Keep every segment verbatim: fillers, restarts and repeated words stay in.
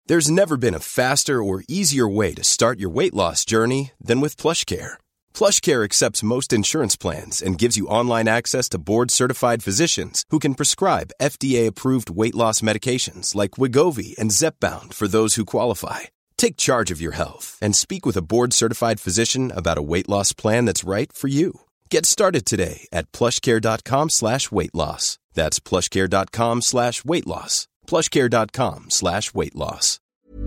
There's never been a faster or easier way to start your weight loss journey than with PlushCare. PlushCare accepts most insurance plans and gives you online access to board-certified physicians who can prescribe F D A-approved weight loss medications like Wegovy and Zepbound for those who qualify. Take charge of your health and speak with a board-certified physician about a weight loss plan that's right for you. Get started today at plushcare.com slash weight loss. That's plushcare.com slash weight loss. plushcare.com slash weight loss.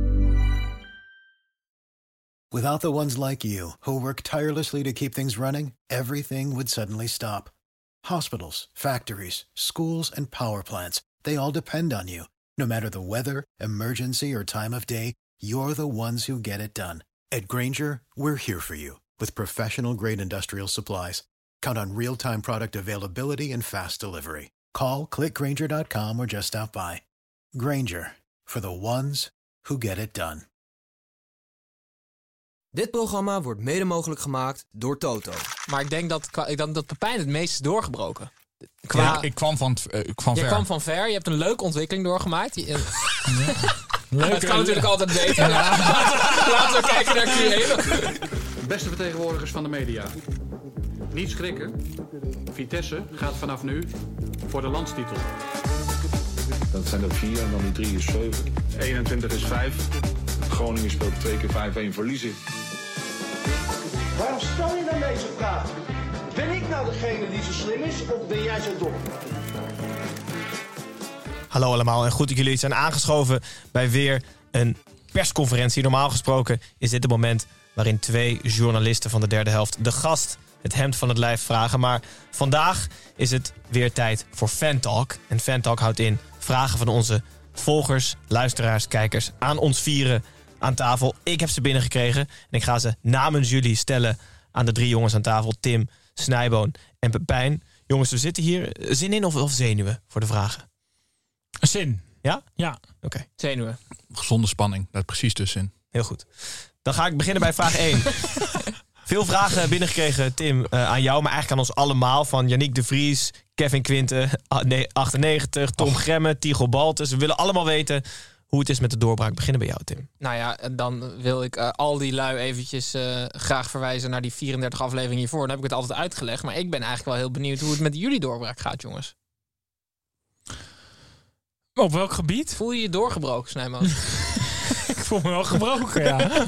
Without the ones like you, who work tirelessly to keep things running, everything would suddenly stop. Hospitals, factories, schools, and power plants, they all depend on you. No matter the weather, emergency, or time of day, you're the ones who get it done. At Grainger, we're here for you with professional-grade industrial supplies. Count on real-time product availability and fast delivery. Call, click grainger dot com, or just stop by. Grainger, for the ones who get it done. Dit programma wordt mede mogelijk gemaakt door Toto. Maar ik denk dat, ik denk dat Pepijn het meest is doorgebroken. Qua... Ja, ik kwam van, uh, ik kwam je ver. kwam van ver. Je hebt een leuke ontwikkeling doorgemaakt. Je, ja. Leuk, het kan natuurlijk altijd beter. Ja. Laten we kijken naar Q één. Beste vertegenwoordigers van de media. Niet schrikken. Vitesse gaat vanaf nu voor de landstitel. Dat zijn er vier en dan die drie is zeven. eenentwintig is vijf. Groningen speelt twee keer vijf-een verliezen. Waarom stel je dan deze vraag? Ben ik nou degene die zo slim is of ben jij zo dom? Hallo allemaal en goed dat jullie zijn aangeschoven bij weer een persconferentie. Normaal gesproken is dit het moment waarin twee journalisten van de derde helft de gast het hemd van het lijf vragen. Maar vandaag is het weer tijd voor Fantalk. En Fantalk houdt in vragen van onze volgers, luisteraars, kijkers aan ons vieren aan tafel. Ik heb ze binnengekregen en ik ga ze namens jullie stellen aan de drie jongens aan tafel. Tim, Snijboon en Pepijn. Jongens, we zitten hier. Zin in of, of zenuwen voor de vragen? Zin. Ja? Ja. Oké. Okay. Zenuwen. Gezonde spanning, daar precies tussenin. Heel goed. Dan ga ik beginnen bij vraag één. Veel vragen binnengekregen, Tim, uh, aan jou, maar eigenlijk aan ons allemaal. Van Yannick de Vries, Kevin Quinten, achtennegentig, Tom oh. Gremme, Tigo Baltus. We willen allemaal weten hoe het is met de doorbraak. Beginnen bij jou, Tim. Nou ja, dan wil ik uh, al die lui eventjes uh, graag verwijzen naar die vierendertig afleveringen hiervoor. Dan heb ik het altijd uitgelegd. Maar ik ben eigenlijk wel heel benieuwd hoe het met jullie doorbraak gaat, jongens. Op welk gebied? Voel je je doorgebroken, Snijman? Ik voel me wel gebroken, ja.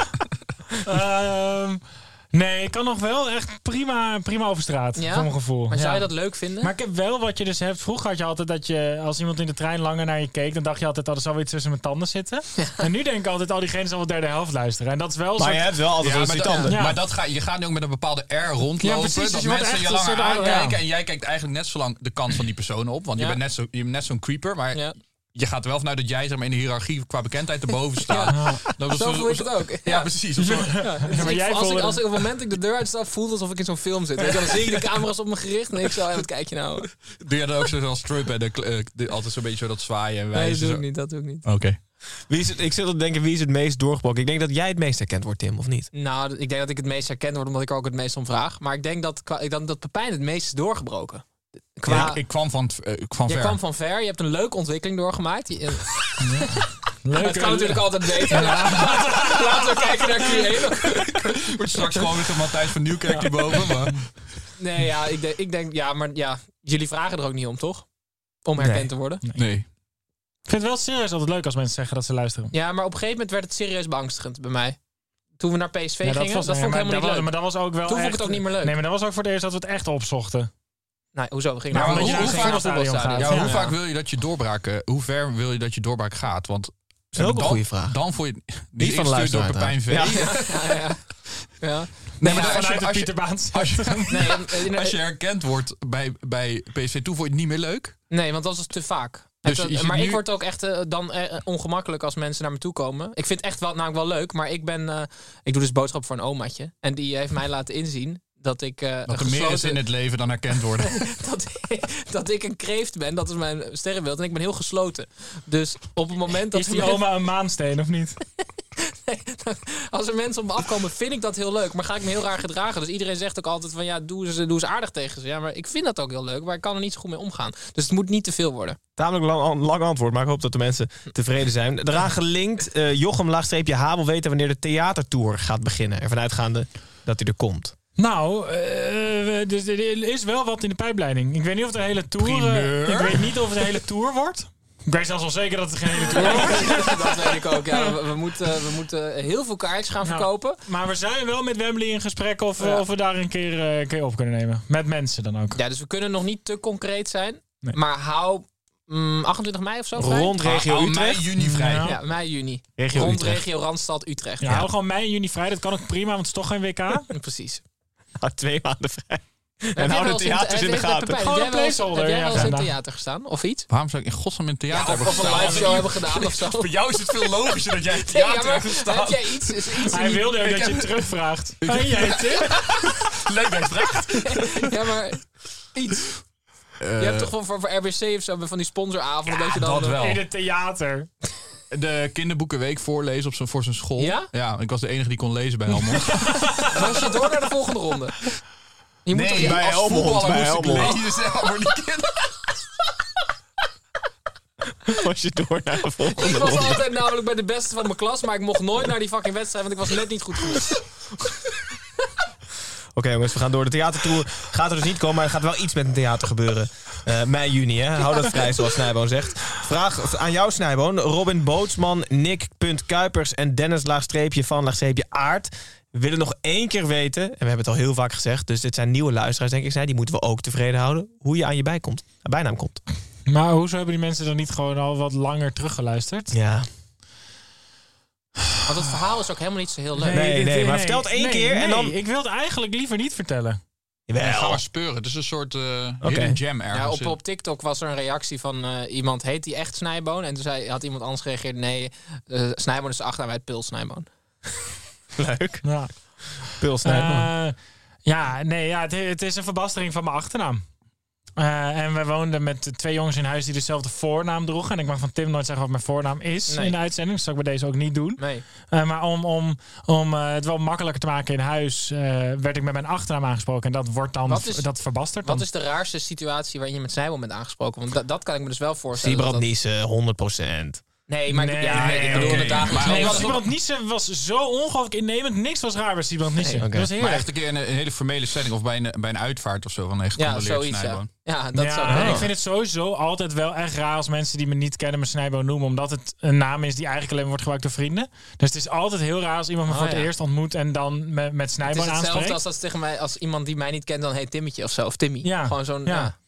uh, nee, ik kan nog wel echt prima, prima over straat, ja? voor mijn gevoel. Maar zou ja. je dat leuk vinden? Maar ik heb wel wat je dus hebt. Vroeger had je altijd dat je, als iemand in de trein langer naar je keek, dan dacht je altijd, oh, er zal weer iets tussen mijn tanden zitten. Ja. En nu denk ik altijd, al oh, diegene zal wel derde helft luisteren. En dat is wel maar soort... je hebt wel altijd ja, wel die tanden. Ja. Maar dat ga, je gaat nu ook met een bepaalde R rondlopen. Ja, precies, dat dus je mensen je langer aankijken. Ja. En jij kijkt eigenlijk net zo lang de kant van die persoon op. Want ja. je bent net, zo, je bent net zo'n creeper. Maar ja. je gaat er wel vanuit dat jij zeg maar, in de hiërarchie qua bekendheid erboven staat. Ja. Dat zo voel ik het ook. Ja, ja. precies. Ja. Ja. Dus ja, maar jij als, ik, als ik op het moment dat ik de deur uitstap, voelt alsof ik in zo'n film zit. Weet je, dan zie ik de camera's op me gericht en ik zo, hey, wat kijk je nou? Doe je dan ook zoals Trump en de, de, altijd zo'n beetje zo dat zwaaien en wijzen? Nee, dat doe ik zo. niet. Dat doe ik niet. Oké. Okay. Wie is het, ik zit te denken, wie is het meest doorgebroken? Ik denk dat jij het meest herkend wordt, Tim, of niet? Nou, ik denk dat ik het meest herkend word, omdat ik er ook het meest om vraag. Maar ik denk dat, ik denk dat Pepijn het meest is doorgebroken. Qua... Ja, ik, ik kwam van, uh, ik kwam je ver. kwam van ver. Je hebt een leuke ontwikkeling doorgemaakt. Je, ja. Leuk, het kan natuurlijk altijd beter. Ja. Laten, laten we kijken naar Q één. Wordt straks gewoon weer Matthijs van Nieuwkerk ja. hierboven. Maar... Nee, ja, ik denk, ik denk, ja, maar ja, jullie vragen er ook niet om, toch? Om herkend nee. te worden. Nee. nee. Ik vind het wel serieus altijd leuk als mensen zeggen dat ze luisteren. Ja, maar op een gegeven moment werd het serieus beangstigend bij mij. Toen we naar P S V ja, dat gingen, was, dat nee, vond ik helemaal niet niet was, leuk. Maar dat was ook wel Toen echt, vond ik het ook niet meer leuk. Nee, maar dat was ook voor het eerst dat we het echt opzochten. Nee, hoezo? We gingen nou, naar hoe, hoe, hoe, hoe, vaak, vaak, ja, ja, hoe ja. vaak wil je dat je doorbraak, uh, hoe ver wil je dat je doorbraak gaat? Want dat is ook een goede vraag. Dan voor je die van de door Pepijn V. Ja. Ja, ja, ja. Nee, maar nee, vanuit de Pieterbaans. Als je, nee, als je herkend wordt bij, bij P S V, toen vond je het niet meer leuk? Nee, want dat was te vaak. Dus het, maar nu... ik word ook echt uh, dan uh, ongemakkelijk als mensen naar me toe komen. Ik vind het echt wel, namelijk wel leuk, maar ik ben, uh, ik doe dus boodschap voor een omaatje. En die heeft mij laten inzien dat ik... Uh, dat er gesloten... meer is in het leven dan herkend worden. dat, ik, dat ik een kreeft ben, dat is mijn sterrenbeeld. En ik ben heel gesloten. Dus op het moment dat... Is die oma een maansteen, of niet? Nee, als er mensen op me afkomen, vind ik dat heel leuk. Maar ga ik me heel raar gedragen. Dus iedereen zegt ook altijd van ja, doe eens, doe eens aardig tegen ze. Ja, maar ik vind dat ook heel leuk. Maar ik kan er niet zo goed mee omgaan. Dus het moet niet te veel worden. Tamelijk lang, lang antwoord, maar ik hoop dat de mensen tevreden zijn. Eraan gelinkt, uh, Jochem laagstreepje H wil weten wanneer de theatertour gaat beginnen. Ervan uitgaande dat hij er komt. Nou, uh, dus er is wel wat in de pijpleiding. Ik weet niet of het een hele tour... Uh, ik weet niet of het een hele tour wordt. Ik ben zelfs wel zeker dat het geen hele tour wordt. Dat weet ik ook, ja. We, we, moeten, we moeten heel veel kaartjes gaan verkopen. Nou, maar we zijn wel met Wembley in gesprek of, ja. of we daar een keer, uh, een keer op kunnen nemen. Met mensen dan ook. Ja, dus we kunnen nog niet te concreet zijn. Nee. Maar hou mm, achtentwintig mei of zo vrij. Rond regio ah, Utrecht. Mei, juni vrij. Ja, ja mei, juni. Regio Rond Utrecht. regio Randstad, Utrecht. Ja, Ja, hou gewoon mei en juni vrij. Dat kan ook prima, want het is toch geen W K. Precies. Ah, twee maanden vrij. Heb en hou de theaters in de gaten. Gewoon een placeholder. Heb jij wel eens in het theater gestaan? Of iets? Waarom zou ik in godsnaam in het theater Ja, hebben of, of gestaan? een live show hebben gedaan of zo. Voor jou is het veel logischer dat jij in het Nee, theater ja, maar hebt gestaan. heb jij iets? Is iets Hij in wilde ook dat je terugvraagt. En jij, Tim? Leuk dat je Ja, maar iets. Uh, je hebt toch van voor, voor R B C of zo van die sponsoravond ja, dat je dan dat wel. In het theater. De kinderboekenweek voorlezen op zijn, voor zijn school. Ja? Ja, ik was de enige die kon lezen bij Helmond. Was je door naar de volgende ronde? Je nee, moet toch, bij als Helmond. voetballer Bij moest Helmond. ik lezen voor die kinderen. Was je door naar de volgende Ik was ronde. altijd namelijk bij de beste van mijn klas, maar ik mocht nooit naar die fucking wedstrijd, want ik was net niet goed genoeg. Oké okay, jongens, we gaan door. De theatertour gaat er dus niet komen, maar er gaat wel iets met een theater gebeuren. Uh, mei, juni, hè. Hou dat vrij, zoals Snijboon zegt. Vraag aan jou, Snijboon. Robin Bootsman, Nick Kuipers en Dennis laagstreepje van laagstreepje Aard we willen nog één keer weten, en we hebben het al heel vaak gezegd, dus dit zijn nieuwe luisteraars, denk ik, zijn, die moeten we ook tevreden houden, hoe je aan je bij komt, aan bijnaam komt. Maar hoezo hebben die mensen dan niet gewoon al wat langer teruggeluisterd? Ja. Want het verhaal is ook helemaal niet zo heel leuk. Nee, nee, nee maar nee, vertel het één nee, keer nee, en dan... Ik wil het eigenlijk liever niet vertellen. Ja, ga maar speuren. Het is een soort uh, okay. hidden gem ergens. Ja, op, op TikTok was er een reactie van uh, iemand, heet die echt Snijboon? En toen zei, had iemand anders gereageerd, nee, uh, Snijboon is de achternaam uit Pul Snijboon. Leuk. Ja. Pul Snijboon. Uh, ja, nee, ja, het, het is een verbastering van mijn achternaam. Uh, en we woonden met twee jongens in huis die dezelfde voornaam droegen. En ik mag van Tim nooit zeggen wat mijn voornaam is nee. in de uitzending. Dat zal ik bij deze ook niet doen. Nee. Uh, maar om, om, om uh, het wel makkelijker te maken in huis, uh, werd ik met mijn achternaam aangesproken. En dat wordt dan is, dat verbasterd. Dan. Wat is de raarste situatie waarin je met Snijboon bent aangesproken? Want dat, dat kan ik me dus wel voorstellen. Siebrand Niesen, honderd procent. Nee, maar nee, ik, ja, nee, ik bedoel okay. het dagelijks. Nee, want Siebrand Niesen was zo ongelooflijk innemend. Niks was raar bij Siebrand Niesen. Nee, okay. Dat was maar echt een keer in een, een hele formele setting of bij een, bij een uitvaart of zo van echt ja, zoiets, ja. Ja, dat ja, zou en ik vind het sowieso altijd wel echt raar als mensen die me niet kennen me Snijboon noemen, omdat het een naam is die eigenlijk alleen wordt gebruikt door vrienden. Dus het is altijd heel raar als iemand me oh, voor het ja. eerst ontmoet en dan me, met Snijboon aanspreekt. Het is hetzelfde als, als tegen mij, als iemand die mij niet kent, dan heet Timmetje of zo, of Timmy. Ja. Gewoon zo'n... Ja. Ja.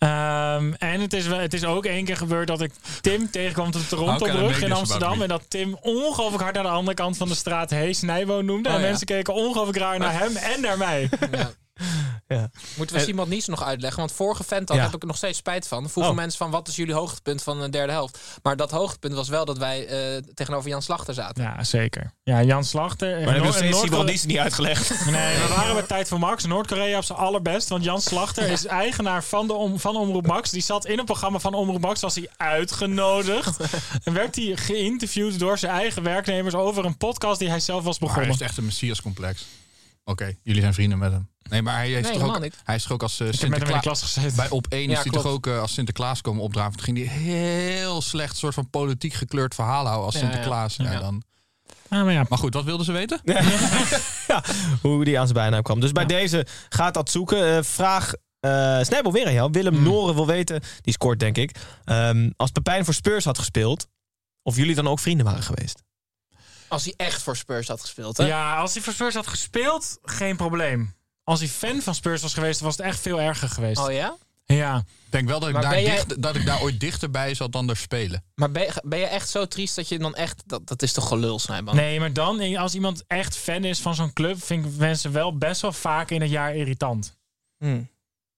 Um, en het is, wel, het is ook één keer gebeurd dat ik Tim tegenkwam op de Torontobrug in Amsterdam. En dat Tim ongelooflijk hard naar de andere kant van de straat Hey Snijboon noemde. Oh, en ja. mensen keken ongelooflijk raar naar hem en naar mij. Ja. Ja. Moeten we Siebrand Niesen nog uitleggen? Want vorige vent had, ja. heb ik er nog steeds spijt van. Vroegen oh. mensen van, wat is jullie hoogtepunt van de derde helft? Maar dat hoogtepunt was wel dat wij uh, tegenover Jan Slachter zaten. Ja, zeker. Ja, Jan Slachter. Maar hebben we steeds Siebrand Niesen niet uitgelegd. Nee, we waren bij Tijd voor Max. Noord-Korea op zijn allerbest. Want Jan Slachter is eigenaar van, de om, van Omroep Max. Die zat in een programma van Omroep Max. Was hij uitgenodigd. En werd hij geïnterviewd door zijn eigen werknemers over een podcast die hij zelf was begonnen. Maar hij is echt een messiascomplex. Oké, okay, jullie zijn vrienden met hem. Nee, maar hij is nee, toch ook, hij is toch ook als uh, Sinterklaas. Bij Op één ja, is hij toch ook uh, als Sinterklaas komen opdraven. Toen ging hij heel slecht, soort van politiek gekleurd verhaal houden als ja, Sinterklaas. Ja, ja. Ja, dan... ah, maar, ja. maar goed, wat wilden ze weten? Ja, hoe die aan zijn bijnaam kwam. Dus bij ja. deze gaat dat zoeken. Uh, vraag uh, Snijboon weer aan jou. Willem hmm. Noren wil weten, die scoort denk ik. Um, als Pepijn voor Spurs had gespeeld, of jullie dan ook vrienden waren geweest? Als hij echt voor Spurs had gespeeld, hè? Ja, als hij voor Spurs had gespeeld, geen probleem. Als hij fan van Spurs was geweest, was het echt veel erger geweest. Oh ja? Ja. Ik denk wel dat ik, daar, jij... dicht, dat ik daar ooit dichterbij zat dan er spelen. Maar ben je, ben je echt zo triest dat je dan echt... Dat, dat is toch gelul, Snijboon? Nee, maar dan, als iemand echt fan is van zo'n club, vind ik mensen wel best wel vaak in het jaar irritant. Hmm. Oké.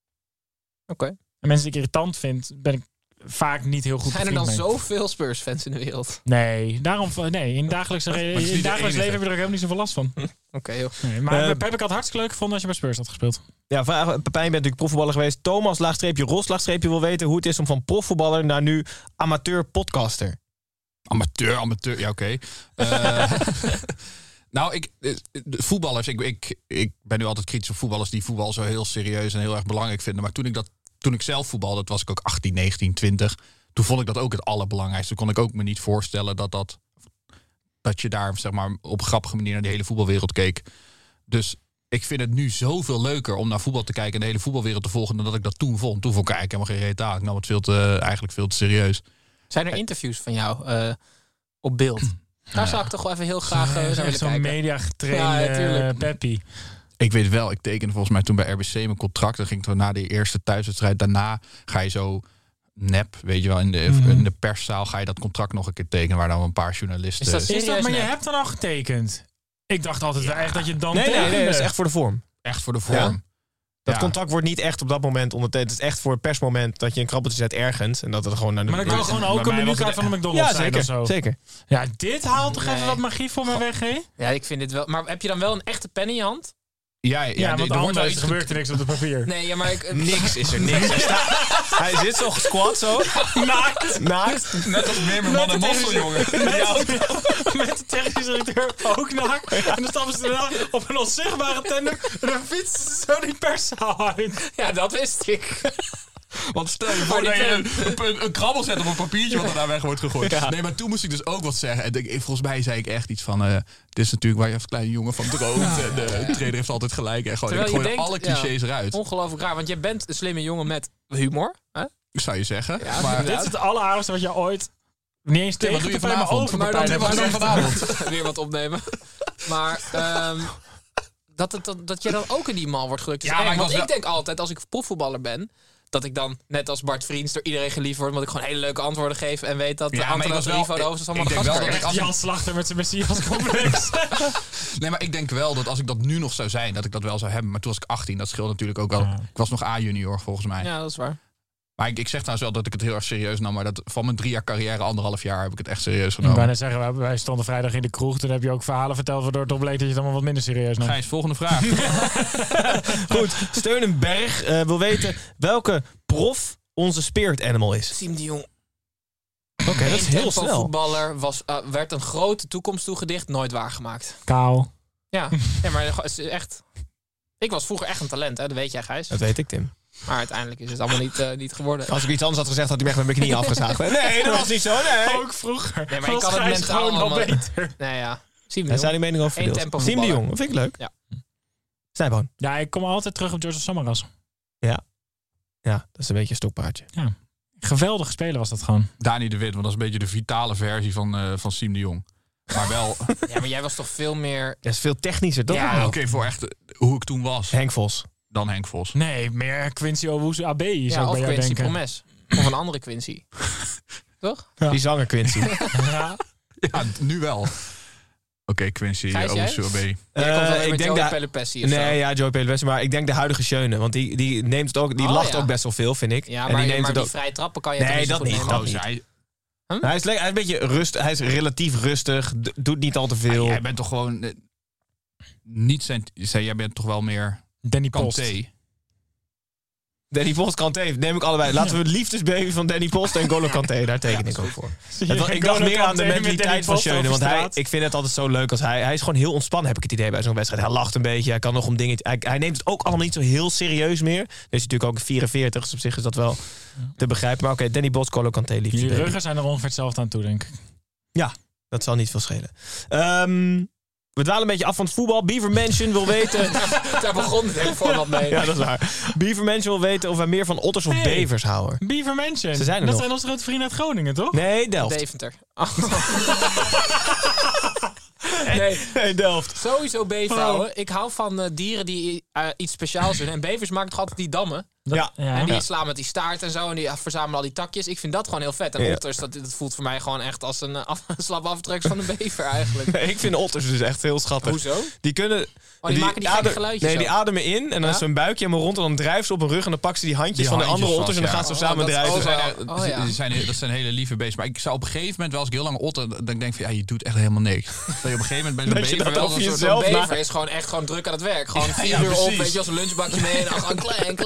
Okay. En mensen die ik irritant vind, ben ik vaak niet heel goed. Zijn er dan mee. zoveel Spurs-fans in de wereld? Nee, daarom, nee in dagelijks, in dagelijks leven heb je er ook helemaal niet zoveel last van. Oké, okay, joh. Nee, maar uh, heb ik had hartstikke leuk gevonden als je bij Spurs had gespeeld. Ja, vraag, Pepijn bent natuurlijk profvoetballer geweest. Thomas, laagstreepje, Ros, laagstreepje wil weten hoe het is om van profvoetballer naar nu amateur podcaster Amateur, amateur, ja oké. Okay. Uh, nou, ik, de voetballers, ik, ik, ik ben nu altijd kritisch op voetballers die voetbal zo heel serieus en heel erg belangrijk vinden. Maar toen ik, dat, toen ik zelf voetbalde, dat was ik ook achttien, negentien, twintig. Toen vond ik dat ook het allerbelangrijkste. Toen kon ik ook me niet voorstellen dat, dat, dat je daar zeg maar, op een grappige manier naar de hele voetbalwereld keek. Dus ik vind het nu zoveel leuker om naar voetbal te kijken en de hele voetbalwereld te volgen dan dat ik dat toen vond. Toen vond ik eigenlijk helemaal geen reet aan. Ik nam het veel te, eigenlijk veel te serieus. Zijn er interviews van jou uh, op beeld? Daar zou ik toch wel even heel graag uh, naar willen zo'n kijken. media getrainde ja, Peppy. Ik weet wel, ik tekende volgens mij toen bij R B C mijn contract. Dan ging ik na de eerste thuiswedstrijd. Daarna ga je zo nep, weet je wel, in de, mm. in de perszaal ga je dat contract nog een keer tekenen waar dan een paar journalisten... Is dat, is dat maar nep? Je hebt dan al getekend? Ik dacht altijd ja. wel echt dat je dan nee, nee, nee, dat is echt voor de vorm. Echt voor de vorm. Ja. Dat ja. contract wordt niet echt op dat moment ondertekend. Het is echt voor het persmoment dat je een krabbeltje zet ergens. En dat het gewoon naar de... Maar dan kan gewoon ook een menukaart van de McDonald's ja, zijn zeker, of zo. Zeker. Ja, dit haalt toch nee. even wat magie voor me weg, hè? Ja, ik vind dit wel... Maar heb je dan wel een echte pen in je hand? Ja, ja, ja, want anders ge- gebeurt er niks op het papier. Nee, ja, maar ik... Niks is er, niks. Hij, staat, hij zit zo gesquat, zo. Naakt. Naakt. Net als meer man en mossel, jongen. Met de technische directeur ook naakt. En dan stappen ze daarna op een onzichtbare tender. En dan fietsen ze zo die perszaal uit. Ja, dat wist ik. Want stel je voor dat je een, een, een krabbel zet op een papiertje wat er daar weg wordt gegooid. Ja. Nee, maar toen moest ik dus ook wat zeggen. En ik, volgens mij zei ik echt iets van... Uh, dit is natuurlijk waar je als kleine jongen van droomt. Ja, en de ja. trainer heeft altijd gelijk. En gewoon, ik gooi denkt, alle clichés ja, eruit. Ongelooflijk raar, want je bent een slimme jongen met humor. Hè? Zou je zeggen. Ja, maar dit is het alleraardigste wat je ooit... Niet eens tegen wat doe je vanavond? Maar dan doe je vanavond. Weer wat opnemen. Maar... Um, dat, het, dat, dat je dan ook in die mal wordt gelukt. Ja, want ik wel... denk altijd, als ik profvoetballer ben... dat ik dan, net als Bart Vriends, door iedereen geliefd word... omdat ik gewoon hele leuke antwoorden geef... en weet dat ja, Antonos Rivo de hoogste allemaal gast kan. Echt Jan Slachter met zijn Messias-complex. Nee, maar ik denk wel dat als ik dat nu nog zou zijn... dat ik dat wel zou hebben. Maar toen was ik achttien, dat scheelt natuurlijk ook wel. Ja. Ik was nog A-junior, volgens mij. Ja, dat is waar. Maar ik, ik zeg trouwens wel dat ik het heel erg serieus nam... maar dat van mijn drie jaar carrière, anderhalf jaar... heb ik het echt serieus genomen. Ik wou net zeggen, wij stonden vrijdag in de kroeg... toen heb je ook verhalen verteld... waardoor het bleek dat je het allemaal wat minder serieus nam. Gijs, volgende vraag. Goed, Steunenberg uh, wil weten... welke prof onze spirit animal is. Siem de Jong. Oké, okay, dat is heel snel. Voetballer was, uh, werd een grote toekomst toegedicht... nooit waargemaakt. Kaal. Ja, ja maar echt... Ik was vroeger echt een talent, hè? Dat weet jij, Gijs. Dat weet ik, Tim. Maar uiteindelijk is het allemaal niet, uh, niet geworden. Als ik iets anders had gezegd, had hij me echt met mijn knie afgezaagd. Nee, dat was niet zo, nee. Ook vroeger. Nee, maar ik kan het mentaal allemaal... beter. Nee, ja. Siem de Jong. Zijn die mening over verdeeld? Siem de Jong, dat vind ik leuk. Ja. Snijboon. Ja, ik kom altijd terug op George Samaras. Ja. Ja, dat is een beetje een stokpaardje. Ja. Geweldige speler was dat gewoon. Dani de Wit, want dat is een beetje de vitale versie van, uh, van Siem de Jong. Maar wel... Ja, maar jij was toch veel meer... Dat is veel technischer, toch? Ja, oké, okay, voor echt uh, hoe ik toen was. Henk Vos. Dan Henk Vos. Nee, meer Quincy Owusu A B. Ja, of Quincy Promes. Of een andere Quincy. Toch? Ja. Die zanger Quincy. Ja. Ja, nu wel. Oké, okay, Quincy Owusu A B. Jij uh, komt ik denk Joey Pelopessi of Nee, zo. ja, Joey Pelopessi. Maar ik denk de huidige Schöne. Want die, die neemt het ook... Die oh, lacht ja. ook best wel veel, vind ik. Ja, en maar, die, neemt maar het die ook... vrije trappen kan je nee, niet dat niet. nemen. Dat niet. Hij, huh? hij, is le- hij is een beetje rust. Hij is relatief rustig. D- doet niet al te veel. Ah, jij bent toch gewoon... Uh, niet zijn... Jij bent toch wel meer... Danny Post. Danny Post, Kanté, neem ik allebei. Laten we het liefdesbaby van Danny Post en Golo Kanté, daar teken ja, ik ook voor. Ja, ik dacht meer aan de mentaliteit van Schöne, want hij, ik vind het altijd zo leuk als hij... Hij is gewoon heel ontspannen, heb ik het idee, bij zo'n wedstrijd. Hij lacht een beetje, hij kan nog om dingen... Hij, hij neemt het ook allemaal niet zo heel serieus meer. Er is natuurlijk ook vierenveertig, dus op zich is dat wel te begrijpen. Maar oké, okay, Danny Post, Golo Kanté, liefdesbaby. Jullie ruggen zijn er ongeveer hetzelfde aan toe, denk ik. Ja, dat zal niet veel schelen. Um, We dwalen een beetje af van het voetbal. Beaver Mansion wil weten... Daar begon het hele format mee. Ja, dat is waar. Beaver Mansion wil weten of wij meer van otters of hey, bevers houden. Beaver Mansion. Ze zijn er dat nog. zijn onze grote vrienden uit Groningen, toch? Nee, Delft. Deventer. Oh. Nee. nee, Delft. Sowieso bever houden. Ik hou van uh, dieren die uh, iets speciaals doen. En bevers maken toch altijd die dammen? Dat, ja. ja. En die ja. slaan met die staart en zo. En die verzamelen al die takjes. Ik vind dat gewoon heel vet. En ja. otters, dat, dat voelt voor mij gewoon echt als een, uh, af, een slap aftrek van een bever eigenlijk. Nee, ik vind otters dus echt heel schattig. Hoezo? Die kunnen... Oh, die, die maken die adem, geluidjes Nee, zo. die ademen in en dan ja? is hun buikje helemaal rond. En dan drijven ze op hun rug en dan pakken ze die handjes die van de andere vast, otters. En dan ja. gaan ze oh, samen dat, drijven. Oh, zijn, oh, ja. zijn, dat zijn hele lieve beesten. Maar ik zou op een gegeven moment wel als ik heel lang otter... dan denk ik van, ja, je doet echt helemaal niks. Dat je op een gegeven moment bij zo'n bever wel... Zo'n bever is gewoon echt gewoon druk aan het werk. Gewoon vier ja, uur op, weet je, als een lunchbakje mee. En dan gewoon klein, klein. Ik ben ook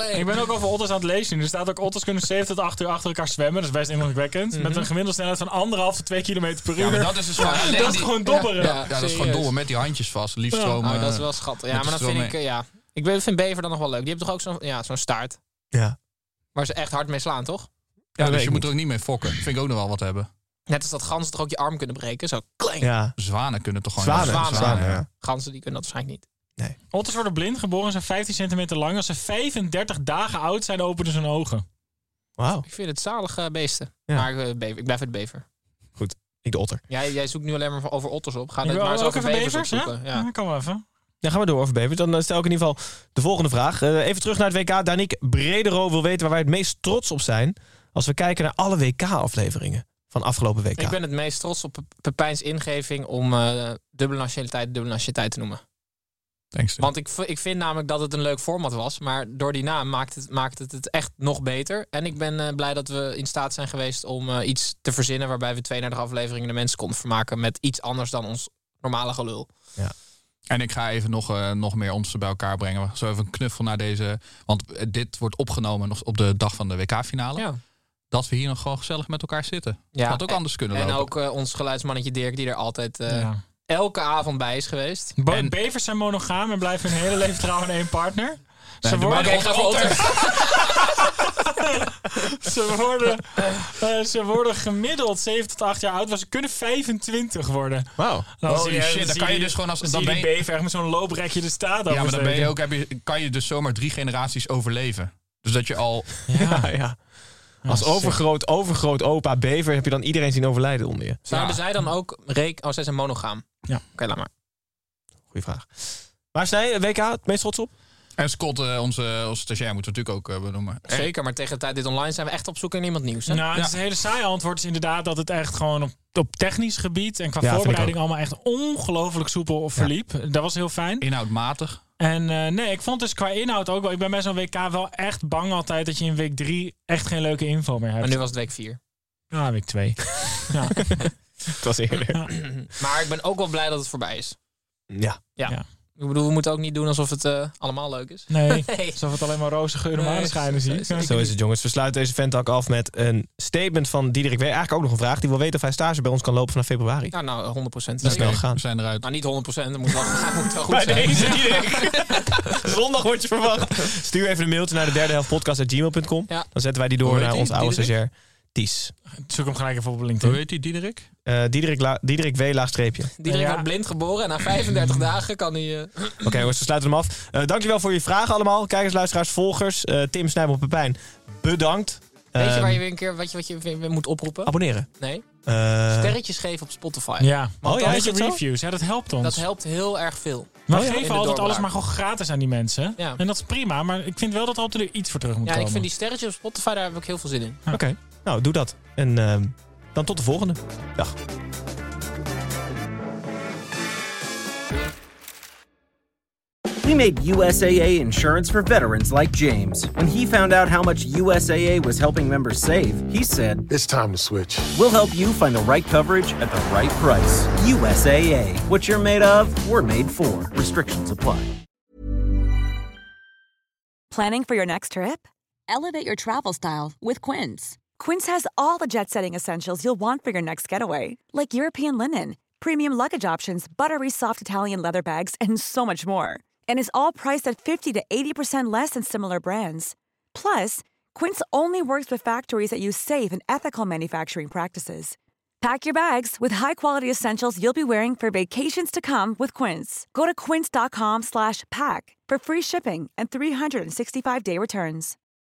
ook over otters aan het lezen. Er staat ook otters kunnen zeven tot acht uur achter elkaar zwemmen. Dat is best indrukwekkend. Mm-hmm. Met een gemiddelde snelheid van anderhalf tot twee kilometer per uur. Ja, maar dat is dus gewoon, ja, dat is gewoon dobberen. Ja, ja, ja, dat is gewoon dobberen met die handjes vast. Liefst ja. stromen. Oh, dat is wel schattig. Ja, maar dat vind ik... Uh, ja. Ik vind bever dan nog wel leuk. Die hebben toch ook zo'n ja, zo'n staart? Ja. Waar ze echt hard mee slaan, toch? Ja, ja dus je moet er ook niet mee fokken. Vind ik ook nog wel wat hebben. Net als dat ganzen toch ook je arm kunnen breken. Zo klein. Ja. Zwanen kunnen toch gewoon... Zwanen, zwanen, zwanen, zwanen ja. ja. Ganzen die kunnen dat waarschijnlijk niet. Nee. Otters worden blind geboren en zijn vijftien centimeter lang. Als ze vijfendertig dagen oud zijn, openen ze hun ogen. Wauw. Ik vind het zalige beesten. Ja. Maar uh, bever. ik blijf het bever. Goed, ik de otter. Jij, jij zoekt nu alleen maar over otters op. Ga ik het maar eens over bevers, bevers opzoeken. Ja? Ja. Ja, kan wel even. Ja, gaan we door over bevers. Dan uh, stel ik in ieder geval de volgende vraag. Uh, even terug naar het W K. Danique Bredero wil weten waar wij het meest trots op zijn... als we kijken naar alle W K-afleveringen van afgelopen W K. Ik ben het meest trots op Pepijn's ingeving om uh, dubbele nationaliteit, dubbele nationaliteit te noemen. Thanks, Want ik, ik vind namelijk dat het een leuk format was. Maar door die naam maakt het, maakt het het echt nog beter. En ik ben uh, blij dat we in staat zijn geweest om uh, iets te verzinnen... waarbij we tweeëndertig afleveringen de mensen konden vermaken... met iets anders dan ons normale gelul. Ja. En ik ga even nog, uh, nog meer ons bij elkaar brengen. Zo even een knuffel naar deze... Want dit wordt opgenomen nog op de dag van de W K-finale. Ja. Dat we hier nog gewoon gezellig met elkaar zitten. Ja. Dat had ook anders kunnen en lopen. ook uh, ons geluidsmannetje Dirk... die er altijd uh, Ja. elke avond bij is geweest. Bo- En- Bevers zijn monogaam en blijven hun hele leven trouw aan één partner. Nee, Ze de worden... maar- Oké, ga voor otters. ze, worden, uh, ze worden gemiddeld zeven tot acht jaar oud, maar ze kunnen vijfentwintig worden. Wauw. Dan Holy zie je- shit, dan zie kan je dus gewoon als- Dan, dan zie je die ben je- bever echt met zo'n looprekje de staat Ja, maar dan ben je oversteken. ook, heb je, kan je dus zomaar drie generaties overleven. Dus dat je al... Ja, ja. Als sick. overgroot, overgroot opa bever heb je dan iedereen zien overlijden onder je. Zouden Ja. zij dan ook... Reek- oh, zij zijn monogaam. Ja. Oké, okay, laat maar. Goeie vraag. Waar is jij, W K, het meest trots op? En Scott, uh, onze, onze stagiair, moeten we natuurlijk ook uh, benoemen. Zeker, maar tegen de tijd dit online zijn we echt op zoek naar iemand nieuws. Hè? Nou, Ja. het hele saaie antwoord is inderdaad dat het echt gewoon op, op technisch gebied en qua Ja, vind ik voorbereiding allemaal echt ongelooflijk soepel verliep. Dat was heel fijn. Inhoudmatig. En uh, nee, ik vond dus qua inhoud ook wel. Ik ben bij zo'n W K wel echt bang altijd dat je in week drie echt geen leuke info meer hebt. Maar nu was het week vier. Ja, week twee. ja. Het was eerder. Ja. Maar ik ben ook wel blij dat het voorbij is. Ja. Ja. Ja. Ik bedoel, we moeten ook niet doen alsof het uh, allemaal leuk is. Nee, Nee. alsof het alleen maar roze geuren Nee, maneschijnen zie. zo- zo- Zo is het, jongens. We sluiten deze vent af met een statement van Diederik W. Eigenlijk ook nog een vraag. Die wil weten of hij stage bij ons kan lopen vanaf februari. Ja, nou, honderd procent. Dat is snel gaan. We zijn eruit. Nou, niet honderd procent. Het moet wel, het moet wel goed Bij zijn. deze, Diederik. Zondag wordt je verwacht. Stuur even een mailtje naar de derde helft podcast at gmail punt com. Ja. Dan zetten wij die door Hoe heet naar die? onze oude Diederik? stagiair Ties. Zoek hem gelijk even op Hoe LinkedIn. heet die, Diederik? Uh, Diederik, la- Diederik W. laagstreepje. Diederik Ja. wordt blind geboren en na vijfendertig dagen kan hij... Uh... Oké, okay, jongens, we sluiten hem af. Uh, dankjewel voor je vragen allemaal. Kijkers, luisteraars, volgers. Uh, Tim Snijboom Pepijn, bedankt. Weet je Um, waar je weer een keer wat je, wat je weer moet oproepen? Abonneren. Nee? Uh, Sterretjes geven op Spotify. Ja, Oh, ja, ja, is je dat zo? reviews. Ja, dat helpt ons. Dat helpt heel erg veel. We Oh ja, in geven de altijd doorbraak. alles maar gewoon gratis aan die mensen. Ja. En dat is prima, maar ik vind wel dat er altijd iets voor terug moet Ja, komen. ik vind die sterretjes op Spotify, daar heb ik heel veel zin in. Oké, okay. Nou, doe dat. En uh, dan tot de volgende. Dag. We made U S A A insurance for veterans like James. When he found out how much U S A A was helping members save, he said, "It's time to switch. We'll help you find the right coverage at the right price. U S A A. What you're made of, we're made for. Restrictions apply." Planning for your next trip? Elevate your travel style with Quince. Quince has all the jet-setting essentials you'll want for your next getaway, like European linen, premium luggage options, buttery soft Italian leather bags, and so much more. And is all priced at fifty to eighty percent less than similar brands. Plus, Quince only works with factories that use safe and ethical manufacturing practices. Pack your bags with high-quality essentials you'll be wearing for vacations to come with Quince. Go to quince dot com slash pack for free shipping and three sixty-five day returns.